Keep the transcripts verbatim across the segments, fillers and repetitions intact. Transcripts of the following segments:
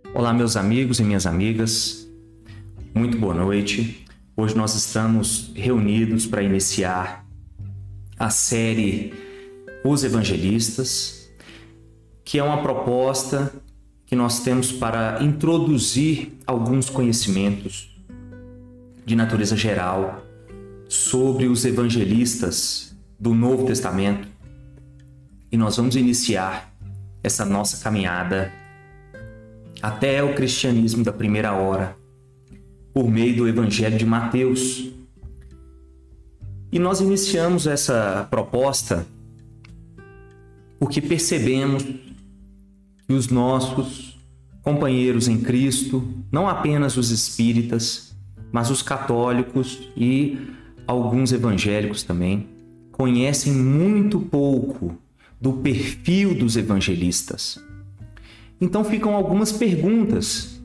Olá, meus amigos e minhas amigas, muito boa noite. Hoje nós estamos reunidos para iniciar a série Os Evangelistas, que é uma proposta que nós temos para introduzir alguns conhecimentos de natureza geral sobre os evangelistas do Novo Testamento. E nós vamos iniciar essa nossa caminhada até o cristianismo da primeira hora, por meio do Evangelho de Mateus. E nós iniciamos essa proposta porque percebemos que os nossos companheiros em Cristo, não apenas os espíritas, mas os católicos e alguns evangélicos também, conhecem muito pouco do perfil dos evangelistas. Então ficam algumas perguntas.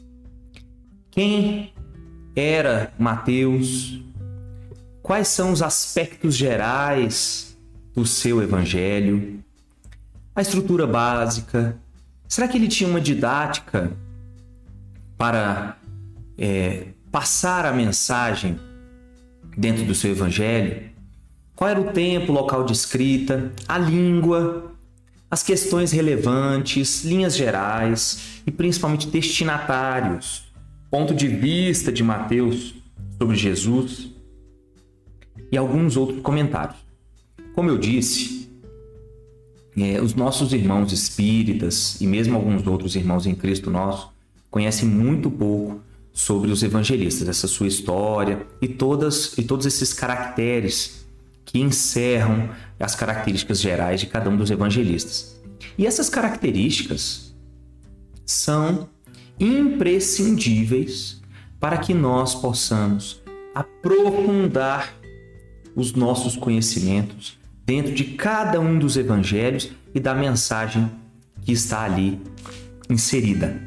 Quem era Mateus? Quais são os aspectos gerais do seu evangelho? A estrutura básica. Será que ele tinha uma didática para é, passar a mensagem dentro do seu evangelho? Qual era o tempo, local de escrita, a língua, as questões relevantes, linhas gerais e principalmente destinatários, ponto de vista de Mateus sobre Jesus e alguns outros comentários. Como eu disse, é, os nossos irmãos espíritas e mesmo alguns outros irmãos em Cristo nosso conhecem muito pouco sobre os evangelistas, essa sua história e, todas, e todos esses caracteres que encerram as características gerais de cada um dos evangelistas. E essas características são imprescindíveis para que nós possamos aprofundar os nossos conhecimentos dentro de cada um dos evangelhos e da mensagem que está ali inserida.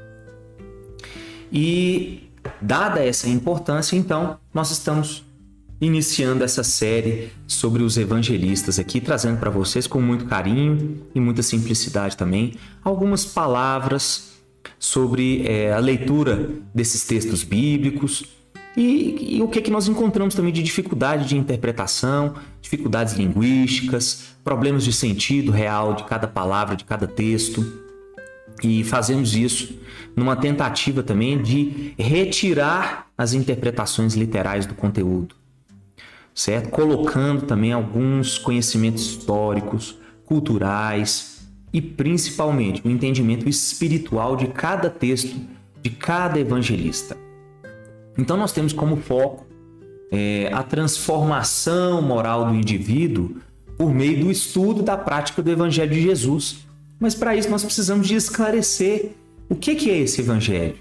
E, dada essa importância, então, nós estamos iniciando essa série sobre os evangelistas aqui, trazendo para vocês com muito carinho e muita simplicidade também algumas palavras sobre é, a leitura desses textos bíblicos e, e o que é que nós encontramos também de dificuldade de interpretação, dificuldades linguísticas, problemas de sentido real de cada palavra, de cada texto. E fazemos isso numa tentativa também de retirar as interpretações literais do conteúdo, certo? Colocando também alguns conhecimentos históricos, culturais e principalmente o entendimento espiritual de cada texto, de cada evangelista. Então nós temos como foco é, a transformação moral do indivíduo por meio do estudo da prática do Evangelho de Jesus. Mas para isso nós precisamos de esclarecer o que é esse Evangelho,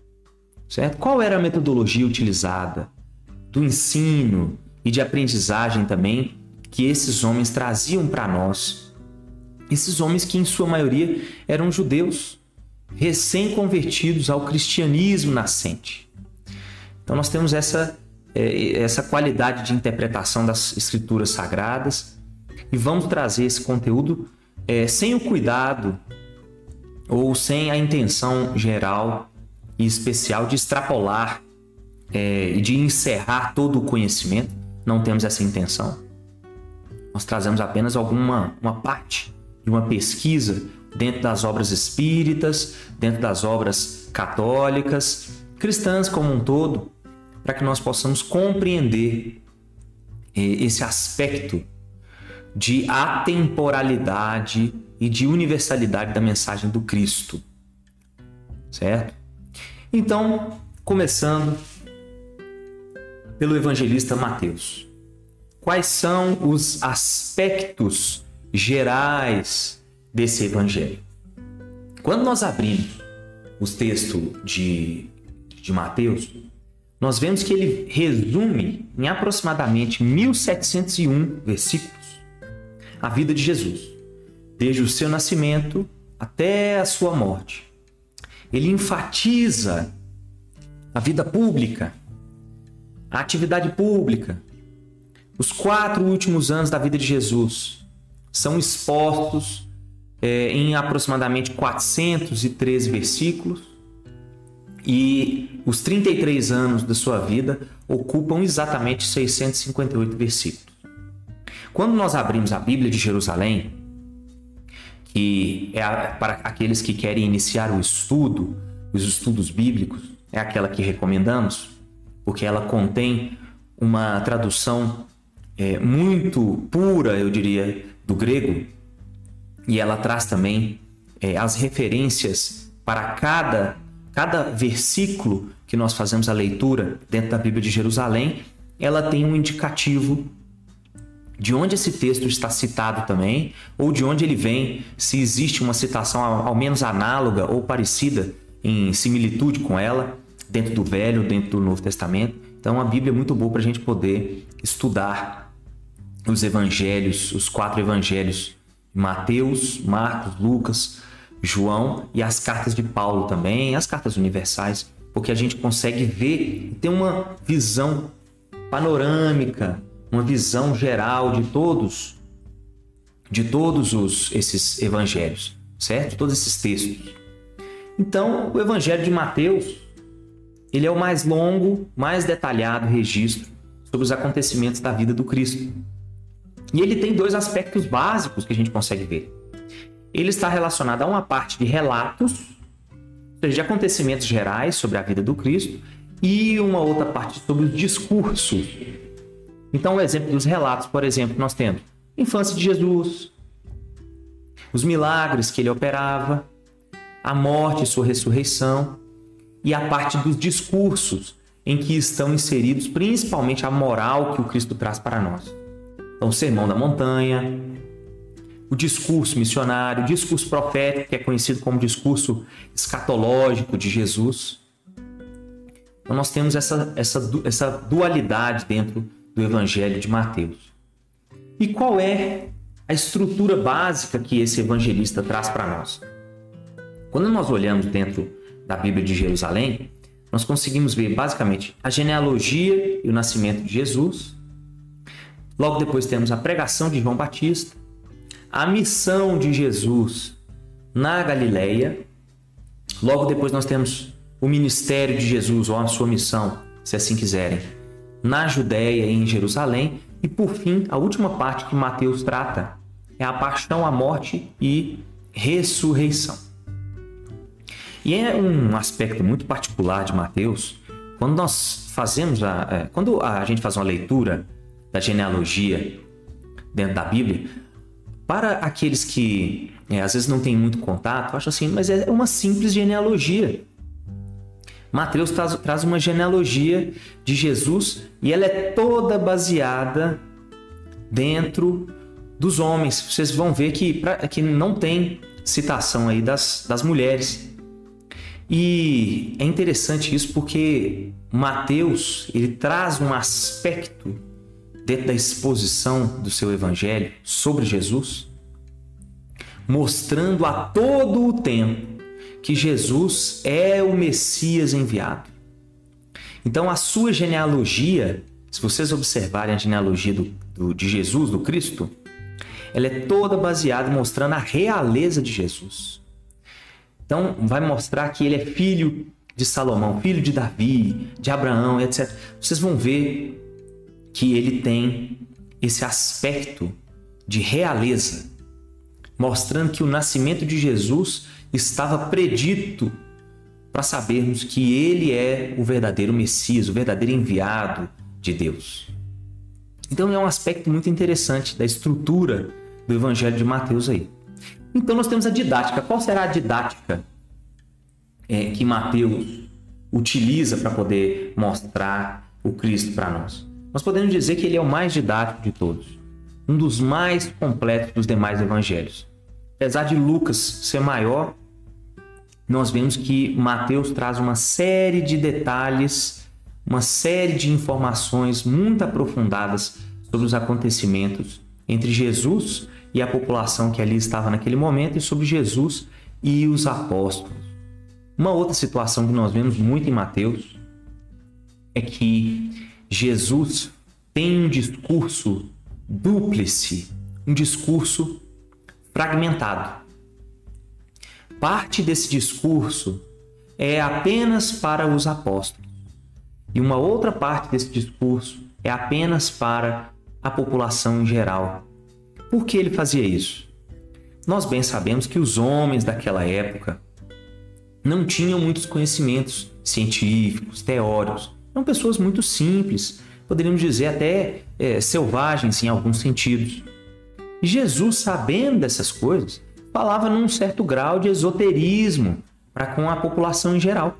certo? Qual era a metodologia utilizada do ensino e de aprendizagem também que esses homens traziam para nós. Esses homens que, em sua maioria, eram judeus, recém-convertidos ao cristianismo nascente. Então, nós temos essa, essa qualidade de interpretação das escrituras sagradas e vamos trazer esse conteúdo é, sem o cuidado ou sem a intenção geral e especial de extrapolar é, e de encerrar todo o conhecimento. Não temos essa intenção. Nós trazemos apenas alguma uma parte de uma pesquisa dentro das obras espíritas, dentro das obras católicas, cristãs como um todo, para que nós possamos compreender esse aspecto de atemporalidade e de universalidade da mensagem do Cristo, certo? Então, começando pelo evangelista Mateus. Quais são os aspectos gerais desse evangelho? Quando nós abrimos os textos de, de Mateus, nós vemos que ele resume em aproximadamente mil setecentos e um versículos a vida de Jesus, desde o seu nascimento até a sua morte. Ele enfatiza a vida pública, a atividade pública. Os quatro últimos anos da vida de Jesus são expostos é, em aproximadamente quatrocentos e treze versículos, e os trinta e três anos da sua vida ocupam exatamente seiscentos e cinquenta e oito versículos. Quando nós abrimos a Bíblia de Jerusalém, que é para aqueles que querem iniciar o estudo, os estudos bíblicos, é aquela que recomendamos, porque ela contém uma tradução é, muito pura, eu diria, do grego, e ela traz também é, as referências para cada, cada versículo que nós fazemos a leitura dentro da Bíblia de Jerusalém. Ela tem um indicativo de onde esse texto está citado também, ou de onde ele vem, se existe uma citação ao menos análoga ou parecida em similitude com ela, dentro do Velho, dentro do Novo Testamento. Então a Bíblia é muito boa para a gente poder estudar os evangelhos, os quatro evangelhos, Mateus, Marcos, Lucas, João, e as cartas de Paulo também, as cartas universais, porque a gente consegue ver, ter uma visão panorâmica, uma visão geral de todos, de todos os, esses evangelhos, certo? De todos esses textos. Então, o Evangelho de Mateus, ele é o mais longo, mais detalhado registro sobre os acontecimentos da vida do Cristo. E ele tem dois aspectos básicos que a gente consegue ver. Ele está relacionado a uma parte de relatos, ou seja, de acontecimentos gerais sobre a vida do Cristo, e uma outra parte sobre os discursos. Então, o exemplo dos relatos, por exemplo, nós temos a infância de Jesus, os milagres que ele operava, a morte e sua ressurreição, e a parte dos discursos, em que estão inseridos principalmente a moral que o Cristo traz para nós. Então, o Sermão da Montanha, o discurso missionário, o discurso profético, que é conhecido como discurso escatológico de Jesus. Então, nós temos essa, essa, essa dualidade dentro do Evangelho de Mateus. E qual é a estrutura básica que esse evangelista traz para nós? Quando nós olhamos dentro da Bíblia de Jerusalém, nós conseguimos ver basicamente a genealogia e o nascimento de Jesus. Logo depois temos a pregação de João Batista, a missão de Jesus na Galileia. Logo depois nós temos o ministério de Jesus, ou a sua missão, se assim quiserem, na Judéia e em Jerusalém. E por fim, a última parte que Mateus trata é a paixão, a morte e ressurreição. E é um aspecto muito particular de Mateus, quando nós fazemos a, quando a gente faz uma leitura da genealogia dentro da Bíblia, para aqueles que é, às vezes não têm muito contato, acham assim, mas é uma simples genealogia. Mateus traz, traz uma genealogia de Jesus e ela é toda baseada dentro dos homens. Vocês vão ver que, pra, que não tem citação aí das, das mulheres. E é interessante isso porque Mateus ele traz um aspecto dentro da exposição do seu evangelho sobre Jesus, mostrando a todo o tempo que Jesus é o Messias enviado. Então, a sua genealogia, se vocês observarem a genealogia do, do, de Jesus, do Cristo, ela é toda baseada mostrando a realeza de Jesus. Então, vai mostrar que ele é filho de Salomão, filho de Davi, de Abraão, etcétera. Vocês vão ver que ele tem esse aspecto de realeza, mostrando que o nascimento de Jesus estava predito para sabermos que ele é o verdadeiro Messias, o verdadeiro enviado de Deus. Então é um aspecto muito interessante da estrutura do Evangelho de Mateus aí. Então nós temos a didática. Qual será a didática é, que Mateus utiliza para poder mostrar o Cristo para nós? Nós podemos dizer que ele é o mais didático de todos, um dos mais completos dos demais evangelhos. Apesar de Lucas ser maior, nós vemos que Mateus traz uma série de detalhes, uma série de informações muito aprofundadas sobre os acontecimentos entre Jesus e a população que ali estava naquele momento, e sobre Jesus e os apóstolos. Uma outra situação que nós vemos muito em Mateus é que Jesus tem um discurso dúplice, um discurso fragmentado. parte desse discurso é apenas para os apóstolos e uma outra parte desse discurso é apenas para a população em geral. Por que ele fazia isso? Nós bem sabemos que os homens daquela época não tinham muitos conhecimentos científicos, teóricos. Eram pessoas muito simples, poderíamos dizer até é, selvagens em alguns sentidos. E Jesus, sabendo dessas coisas, falava num certo grau de esoterismo para com a população em geral.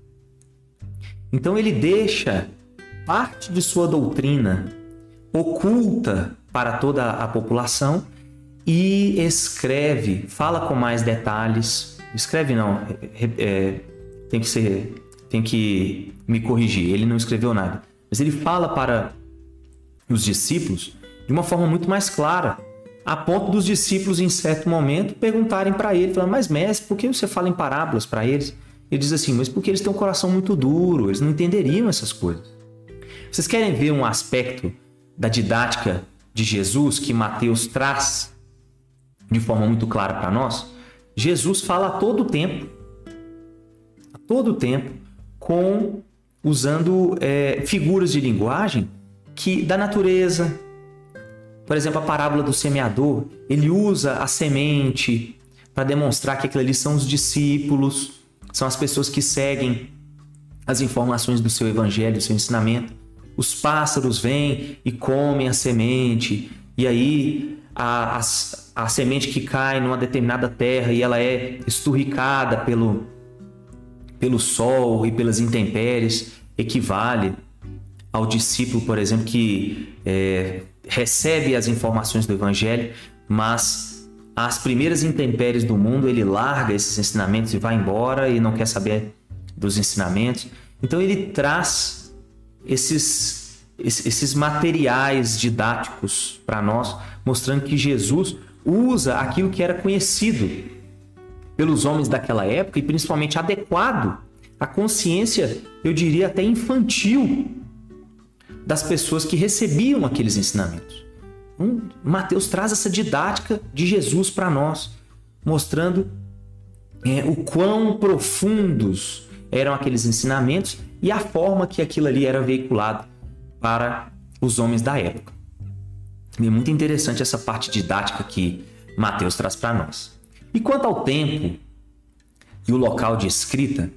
Então ele deixa parte de sua doutrina oculta para toda a população e escreve, fala com mais detalhes. Escreve não, é, é, tem que ser, tem que me corrigir, ele não escreveu nada. Mas ele fala para os discípulos de uma forma muito mais clara, a ponto dos discípulos em certo momento perguntarem para ele, falando, mas mestre, por que você fala em parábolas para eles? Ele diz assim, mas porque eles têm um coração muito duro, eles não entenderiam essas coisas. Vocês querem ver um aspecto da didática de Jesus que Mateus traz de forma muito clara para nós? Jesus fala a todo tempo, a todo tempo, com, usando é, figuras de linguagem que, da natureza. Por exemplo, a parábola do semeador, ele usa a semente para demonstrar que aquilo ali são os discípulos, são as pessoas que seguem as informações do seu evangelho, do seu ensinamento. Os pássaros vêm e comem a semente, e aí a, a, a semente que cai numa determinada terra e ela é esturricada pelo, pelo sol e pelas intempéries, equivale ao discípulo, por exemplo, que é, recebe as informações do evangelho, mas às primeiras intempéries do mundo ele larga esses ensinamentos e vai embora e não quer saber dos ensinamentos. Então ele traz esses, esses materiais didáticos para nós, mostrando que Jesus usa aquilo que era conhecido pelos homens daquela época e principalmente adequado à consciência, eu diria até infantil, das pessoas que recebiam aqueles ensinamentos. Então, Mateus traz essa didática de Jesus para nós, mostrando é, o quão profundos eram aqueles ensinamentos e a forma que aquilo ali era veiculado para os homens da época. E é muito interessante essa parte didática que Mateus traz para nós. E quanto ao tempo e o local de escrita,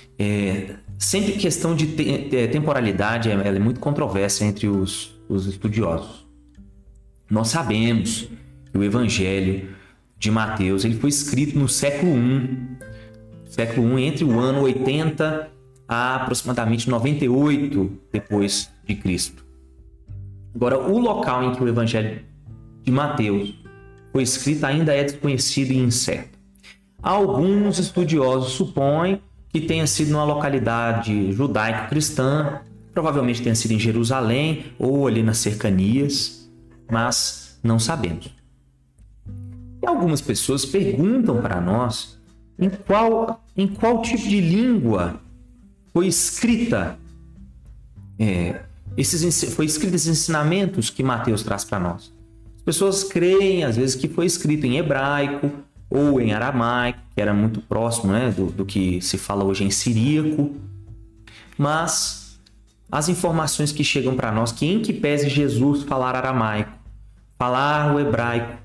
é, sempre questão de te- temporalidade ela é muito controversa entre os, os estudiosos. Nós sabemos que o Evangelho de Mateus ele foi escrito no século I, século I, entre o ano oitenta a aproximadamente noventa e oito depois de Cristo. Agora, o local em que o Evangelho de Mateus foi escrito ainda é desconhecido e incerto. Alguns estudiosos supõem que tenha sido numa localidade judaico-cristã, provavelmente tenha sido em Jerusalém ou ali nas cercanias, mas não sabemos. E algumas pessoas perguntam para nós em qual, em qual tipo de língua foi escrita é, esses, foi escrito esses ensinamentos que Mateus traz para nós. As pessoas creem, às vezes, que foi escrito em hebraico ou em aramaico, que era muito próximo, né, do, do que se fala hoje em siríaco. Mas as informações que chegam para nós, que em que pese Jesus falar aramaico, falar o hebraico,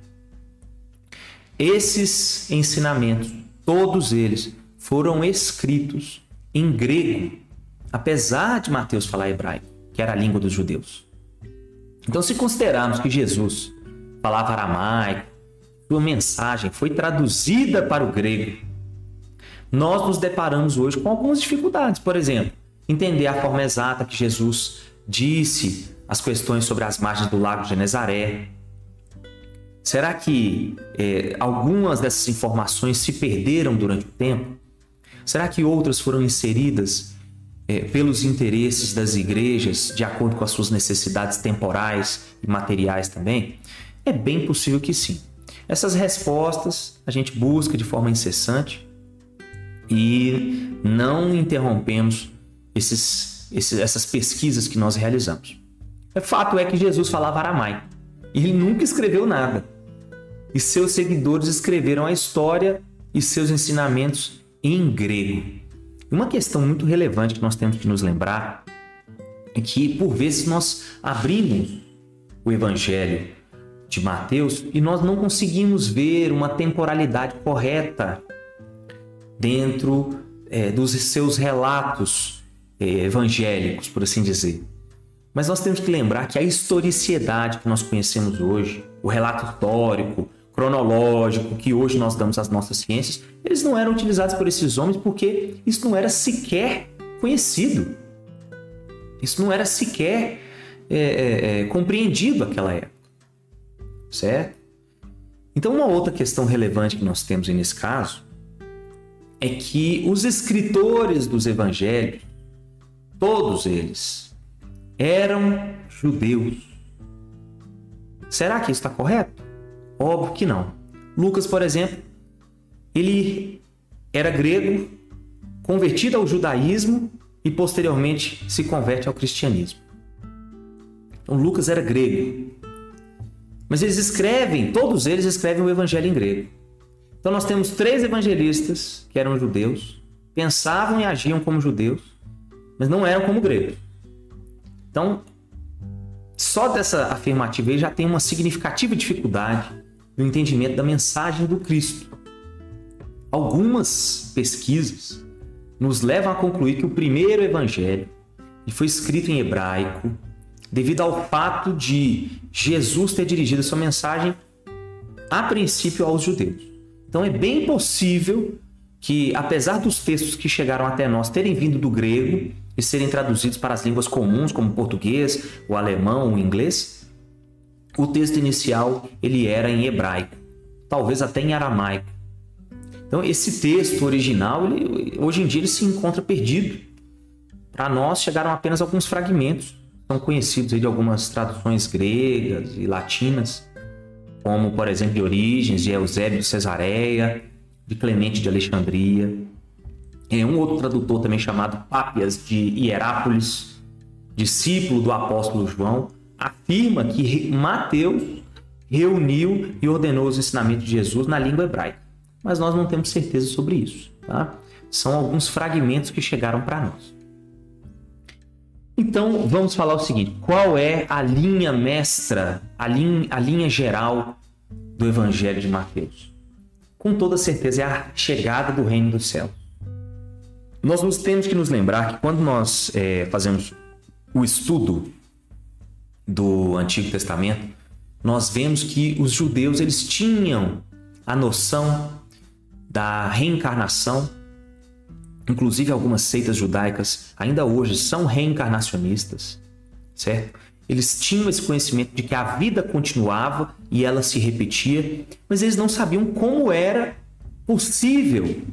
esses ensinamentos, todos eles, foram escritos em grego, apesar de Mateus falar hebraico, que era a língua dos judeus. Então, se considerarmos que Jesus falava aramaico, sua mensagem foi traduzida para o grego, nós nos deparamos hoje com algumas dificuldades. Por exemplo, entender a forma exata que Jesus disse as questões sobre as margens do lago de Genezaré. Será que é, algumas dessas informações se perderam durante o tempo? Será que outras foram inseridas é, pelos interesses das igrejas, de acordo com as suas necessidades temporais e materiais também? É bem possível que sim. Essas respostas a gente busca de forma incessante e não interrompemos esses, esses, essas pesquisas que nós realizamos. O fato é que Jesus falava aramaico e ele nunca escreveu nada. E seus seguidores escreveram a história e seus ensinamentos em grego. Uma questão muito relevante que nós temos que nos lembrar é que, por vezes, nós abrimos o Evangelho de Mateus e nós não conseguimos ver uma temporalidade correta dentro é, dos seus relatos é, evangélicos, por assim dizer. Mas nós temos que lembrar que a historicidade que nós conhecemos hoje, o relato histórico, cronológico, que hoje nós damos às nossas ciências, eles não eram utilizados por esses homens porque isso não era sequer conhecido. Isso não era sequer é, é, é, compreendido naquela época. Certo? Então, uma outra questão relevante que nós temos aí nesse caso é que os escritores dos evangelhos, todos eles, eram judeus. Será que isso está correto? Óbvio que não. Lucas, por exemplo, ele era grego, convertido ao judaísmo e posteriormente se converte ao cristianismo. Então Lucas era grego. Mas eles escrevem, todos eles escrevem o evangelho em grego. Então nós temos três evangelistas que eram judeus, pensavam e agiam como judeus, mas não eram como gregos. Então, só dessa afirmativa aí já tem uma significativa dificuldade no entendimento da mensagem do Cristo. Algumas pesquisas nos levam a concluir que o primeiro evangelho foi escrito em hebraico devido ao fato de Jesus ter dirigido sua mensagem a princípio aos judeus. Então é bem possível que, apesar dos textos que chegaram até nós terem vindo do grego e serem traduzidos para as línguas comuns, como o português, o alemão, o inglês, o texto inicial ele era em hebraico, talvez até em aramaico. Então esse texto original, ele, hoje em dia, ele se encontra perdido. Para nós chegaram apenas alguns fragmentos, são conhecidos aí de algumas traduções gregas e latinas, como, por exemplo, de Orígenes, de Eusébio de Cesareia, de Clemente de Alexandria. É um outro tradutor também chamado Pápias de Hierápolis, discípulo do apóstolo João, afirma que Mateus reuniu e ordenou os ensinamentos de Jesus na língua hebraica. Mas nós não temos certeza sobre isso, tá? São alguns fragmentos que chegaram para nós. Então, vamos falar o seguinte: qual é a linha mestra, a linha, a linha geral do Evangelho de Mateus? Com toda certeza é a chegada do reino do céu. Nós nos temos que nos lembrar que quando nós é, fazemos o estudo do Antigo Testamento, nós vemos que os judeus eles tinham a noção da reencarnação. Inclusive algumas seitas judaicas ainda hoje são reencarnacionistas, certo? Eles tinham esse conhecimento de que a vida continuava e ela se repetia, mas eles não sabiam como era possível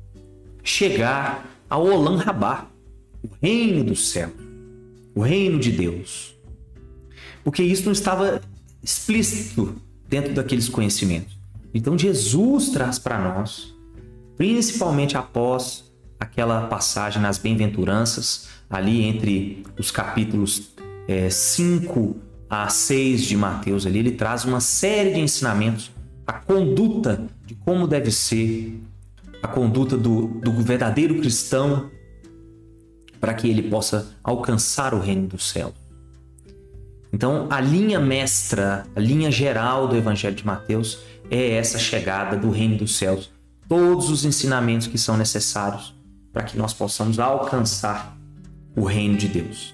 chegar ao Olam Rabá, o reino do céu, o reino de Deus. Porque isso não estava explícito dentro daqueles conhecimentos. Então Jesus traz para nós, principalmente após aquela passagem nas bem-aventuranças, ali entre os capítulos é, cinco a seis de Mateus, ali, ele traz uma série de ensinamentos, a conduta de como deve ser, a conduta do, do verdadeiro cristão, para que ele possa alcançar o reino do céu. Então, a linha mestra, a linha geral do Evangelho de Mateus é essa chegada do reino dos céus. Todos os ensinamentos que são necessários para que nós possamos alcançar o reino de Deus.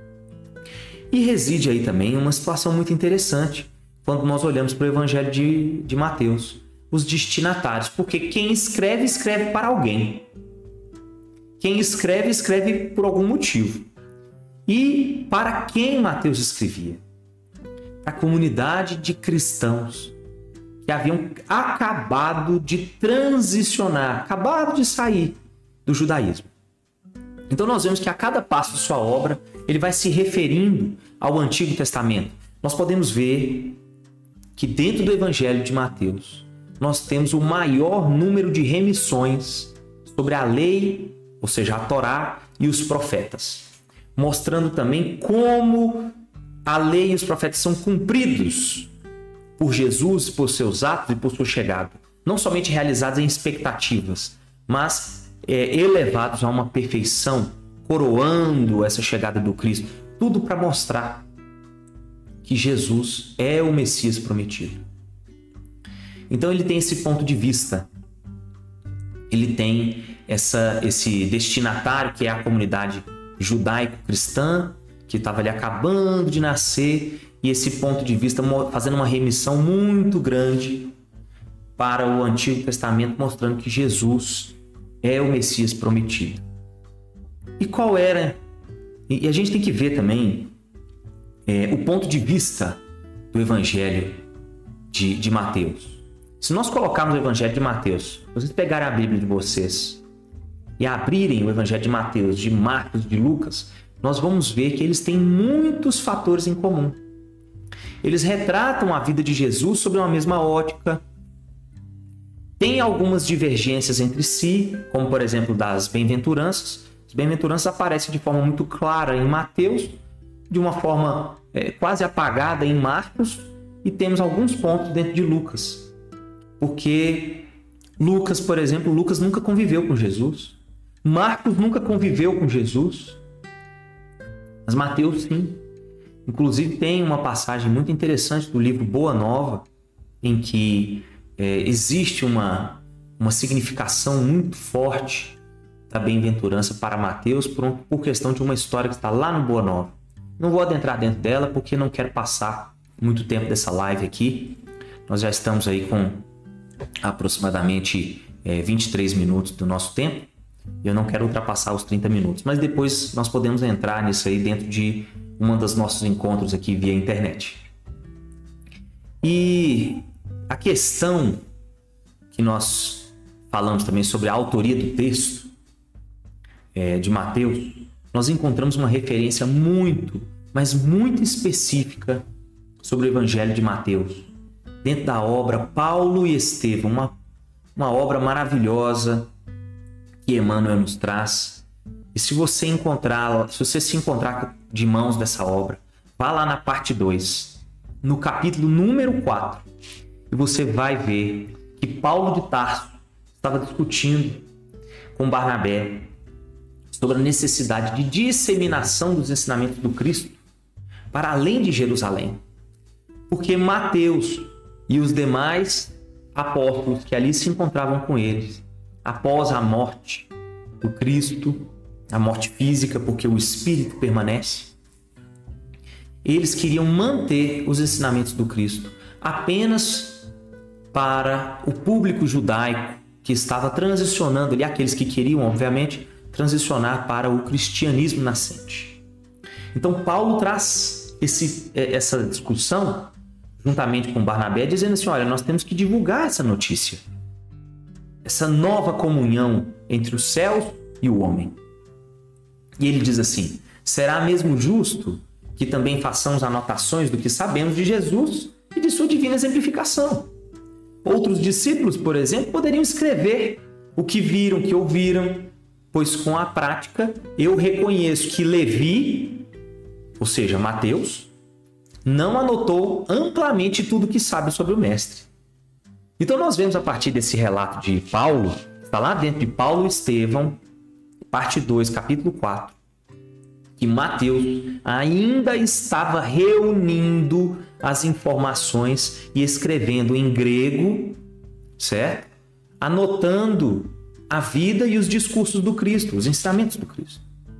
E reside aí também uma situação muito interessante quando nós olhamos para o Evangelho de, de Mateus, os destinatários, porque quem escreve, escreve para alguém. Quem escreve, escreve por algum motivo. E para quem Mateus escrevia? Para a comunidade de cristãos que haviam acabado de transicionar, acabado de sair do judaísmo. Então nós vemos que a cada passo de sua obra, ele vai se referindo ao Antigo Testamento. Nós podemos ver que dentro do Evangelho de Mateus, nós temos o maior número de remissões sobre a lei, ou seja, a Torá e os profetas, mostrando também como a lei e os profetas são cumpridos por Jesus, por seus atos e por sua chegada. não somente realizados em expectativas, mas é, elevados a uma perfeição, coroando essa chegada do Cristo. Tudo para mostrar que Jesus é o Messias prometido. Então ele tem esse ponto de vista. Ele tem essa, esse destinatário que é a comunidade judaico-cristã, que estava ali acabando de nascer, e esse ponto de vista fazendo uma remissão muito grande para o Antigo Testamento, mostrando que Jesus é o Messias prometido. E qual era? E a gente tem que ver também é, o ponto de vista do Evangelho de, de Mateus. Se nós colocarmos o Evangelho de Mateus, vocês pegarem a Bíblia de vocês e abrirem o Evangelho de Mateus, de Marcos, de Lucas, nós vamos ver que eles têm muitos fatores em comum. Eles retratam a vida de Jesus sob uma mesma ótica. Tem algumas divergências entre si, como por exemplo das bem-aventuranças. As bem-aventuranças aparecem de forma muito clara em Mateus, de uma forma é, quase apagada em Marcos, e temos alguns pontos dentro de Lucas. Porque Lucas, por exemplo, Lucas nunca conviveu com Jesus. Marcos nunca conviveu com Jesus. Mas Mateus sim. Inclusive tem uma passagem muito interessante do livro Boa Nova, em que é, existe uma, uma significação muito forte da bem-aventurança para Mateus por, um, por questão de uma história que está lá no Boa Nova. Não vou adentrar dentro dela porque não quero passar muito tempo dessa live aqui. Nós já estamos aí com aproximadamente é, vinte e três minutos do nosso tempo. Eu não quero ultrapassar os trinta minutos, mas depois nós podemos entrar nisso aí dentro de um dos nossos encontros aqui via internet. E a questão que nós falamos também sobre a autoria do texto é, de Mateus, nós encontramos uma referência muito, mas muito específica sobre o Evangelho de Mateus, dentro da obra Paulo e Estevão, uma, uma obra maravilhosa que Emmanuel nos traz. E se você encontrar, se você se encontrar de mãos dessa obra, vá lá na parte dois, no capítulo número quatro, e você vai ver que Paulo de Tarso estava discutindo com Barnabé sobre a necessidade de disseminação dos ensinamentos do Cristo para além de Jerusalém. Porque Mateus e os demais apóstolos que ali se encontravam com eles, após a morte do Cristo, a morte física, porque o Espírito permanece, eles queriam manter os ensinamentos do Cristo apenas para o público judaico que estava transicionando ali, aqueles que queriam, obviamente, transicionar para o cristianismo nascente. Então, Paulo traz esse, essa discussão juntamente com Barnabé, dizendo assim, olha, nós temos que divulgar essa notícia, essa nova comunhão entre os céus e o homem. E ele diz assim, será mesmo justo que também façamos anotações do que sabemos de Jesus e de sua divina exemplificação? Outros discípulos, por exemplo, poderiam escrever o que viram, o que ouviram, pois com a prática eu reconheço que Levi, ou seja, Mateus, não anotou amplamente tudo o que sabe sobre o Mestre. Então nós vemos a partir desse relato de Paulo, está lá dentro de Paulo e Estevão, parte dois, capítulo quatro, que Mateus ainda estava reunindo as informações e escrevendo em grego, certo? Anotando a vida e os discursos do Cristo, os ensinamentos do Cristo.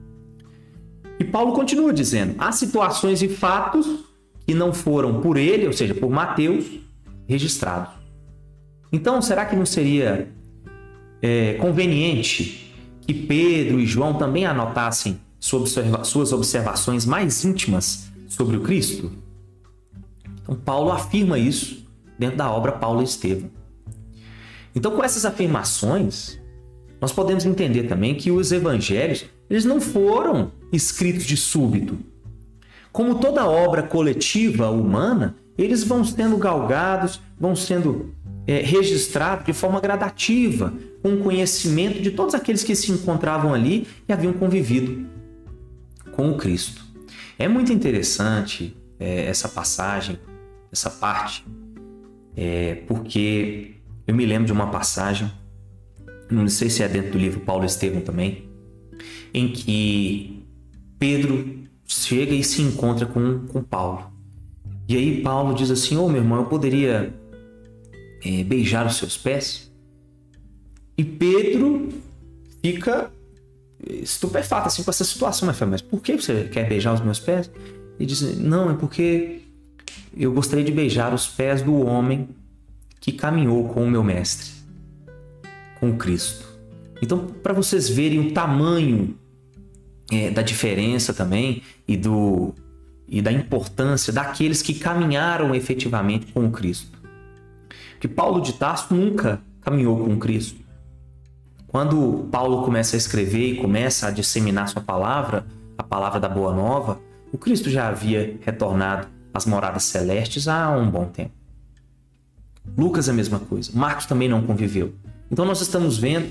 E Paulo continua dizendo, há situações e fatos que não foram por ele, ou seja, por Mateus, registrados. Então, será que não seria é, conveniente que Pedro e João também anotassem suas observações mais íntimas sobre o Cristo? Então, Paulo afirma isso dentro da obra Paulo e Estevão. Então, com essas afirmações, nós podemos entender também que os evangelhos eles não foram escritos de súbito. Como toda obra coletiva humana, eles vão sendo galgados, vão sendo é, registrados de forma gradativa, com o conhecimento de todos aqueles que se encontravam ali e haviam convivido com o Cristo. É muito interessante é, essa passagem, essa parte, é, porque Eu me lembro de uma passagem, não sei se é dentro do livro Paulo e Estevão também, em que Pedro chega e se encontra com, com Paulo. E aí Paulo diz assim: ô, meu irmão, eu poderia é, beijar os seus pés? E Pedro fica estupefato assim, com essa situação. Mas por que você quer beijar os meus pés? Ele diz: não, é porque eu gostaria de beijar os pés do homem que caminhou com o meu mestre, com Cristo. Então, para vocês verem o tamanho é, da diferença também e, do, e da importância daqueles que caminharam efetivamente com o Cristo. Porque Paulo de Tarso nunca caminhou com Cristo. Quando Paulo começa a escrever e começa a disseminar sua palavra, a palavra da Boa Nova, o Cristo já havia retornado às moradas celestes há um bom tempo. Lucas é a mesma coisa. Marcos também não conviveu. Então nós estamos vendo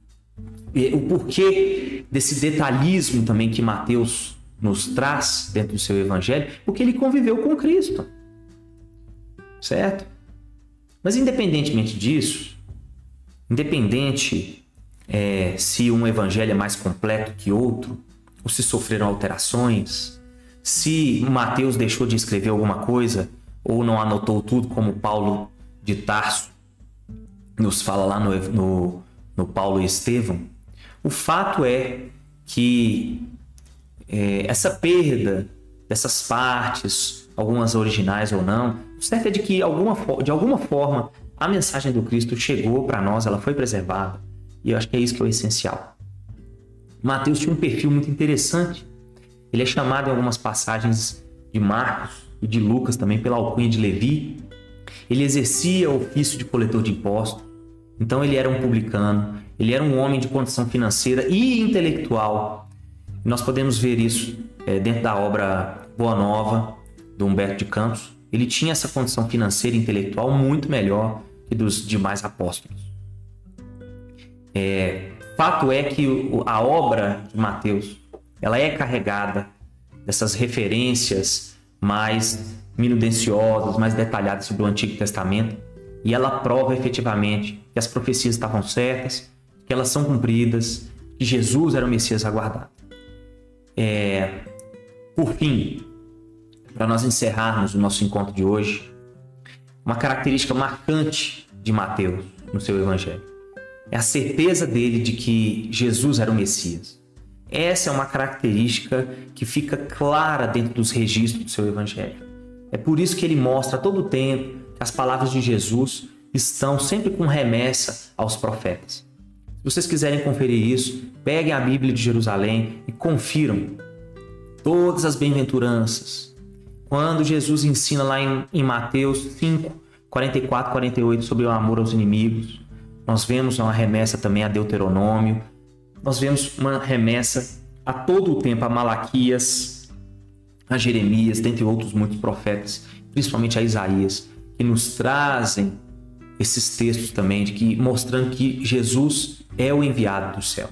o porquê desse detalhismo também que Mateus nos traz dentro do seu evangelho, porque ele conviveu com Cristo. Certo? Mas independentemente disso, independente é, se um evangelho é mais completo que outro, ou se sofreram alterações, se Mateus deixou de escrever alguma coisa ou não anotou tudo, como Paulo de Tarso nos fala lá no, no, no Paulo e Estevão, o fato é que é, essa perda dessas partes, algumas originais ou não, o certo é de que alguma, de alguma forma a mensagem do Cristo chegou para nós, ela foi preservada, e eu acho que é isso que é o essencial. Mateus tinha um perfil muito interessante. Ele é chamado em algumas passagens de Marcos e de Lucas também pela alcunha de Levi. Ele exercia o ofício de coletor de impostos, então ele era um publicano, ele era um homem de condição financeira e intelectual. E nós podemos ver isso é, dentro da obra Boa Nova, do Humberto de Campos. Ele tinha essa condição financeira e intelectual muito melhor que dos demais apóstolos. É, fato é que a obra de Mateus, ela é carregada dessas referências mais minuciosas, mais detalhadas sobre o Antigo Testamento, e ela prova efetivamente que as profecias estavam certas, que elas são cumpridas, que Jesus era o Messias aguardado. É, por fim, para nós encerrarmos o nosso encontro de hoje, uma característica marcante de Mateus no seu evangelho é a certeza dele de que Jesus era o Messias. Essa é uma característica que fica clara dentro dos registros do seu evangelho. É por isso que ele mostra a todo tempo que as palavras de Jesus estão sempre com remessa aos profetas. Se vocês quiserem conferir isso, peguem a Bíblia de Jerusalém e confiram todas as bem-aventuranças. Quando Jesus ensina lá em, em Mateus cinco, quarenta e quatro, quarenta e oito sobre o amor aos inimigos, nós vemos uma remessa também a Deuteronômio, nós vemos uma remessa a todo o tempo a Malaquias, a Jeremias, dentre outros muitos profetas, principalmente a Isaías, que nos trazem esses textos também, de que, mostrando que Jesus é o enviado do céu.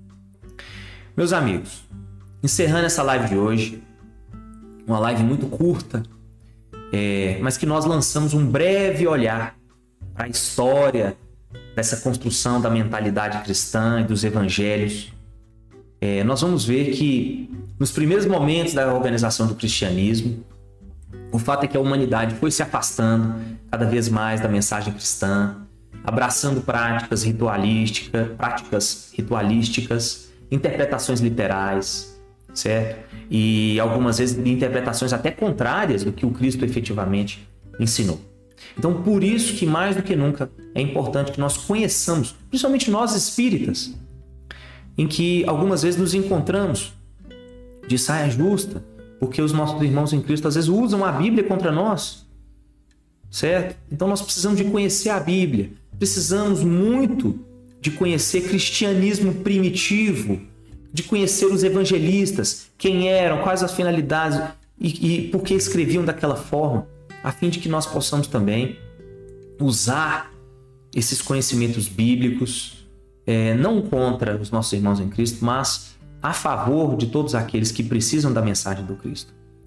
Meus amigos, encerrando essa live de hoje, uma live muito curta, é, mas que nós lançamos um breve olhar para a história dessa construção da mentalidade cristã e dos evangelhos. É, nós vamos ver que nos primeiros momentos da organização do cristianismo, o fato é que a humanidade foi se afastando cada vez mais da mensagem cristã, abraçando práticas ritualísticas, práticas ritualísticas, interpretações literais, certo? E algumas vezes interpretações até contrárias do que o Cristo efetivamente ensinou. Então, por isso que mais do que nunca é importante que nós conheçamos, principalmente nós espíritas, em que algumas vezes nos encontramos de saia justa, porque os nossos irmãos em Cristo às vezes usam a Bíblia contra nós, certo? Então nós precisamos de conhecer a Bíblia, precisamos muito de conhecer cristianismo primitivo, de conhecer os evangelistas, quem eram, quais as finalidades e, e por que escreviam daquela forma, a fim de que nós possamos também usar esses conhecimentos bíblicos, é, não contra os nossos irmãos em Cristo, mas a favor de todos aqueles que precisam da mensagem do Cristo.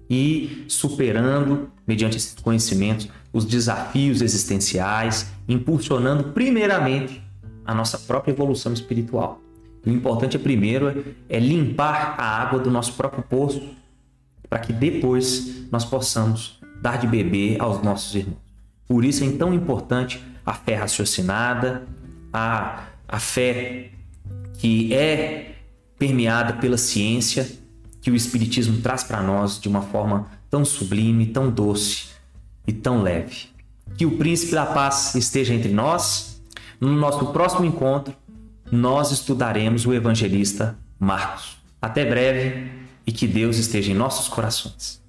e superando, mediante esses conhecimentos, os desafios existenciais, impulsionando primeiramente a nossa própria evolução espiritual. O importante é primeiro é limpar a água do nosso próprio poço, para que depois nós possamos dar de beber aos nossos irmãos. Por isso é tão importante a fé raciocinada, a, a fé que é permeada pela ciência, que o Espiritismo traz para nós de uma forma tão sublime, tão doce e tão leve. Que o Príncipe da Paz esteja entre nós. No nosso próximo encontro, nós estudaremos o evangelista Marcos. Até breve e que Deus esteja em nossos corações.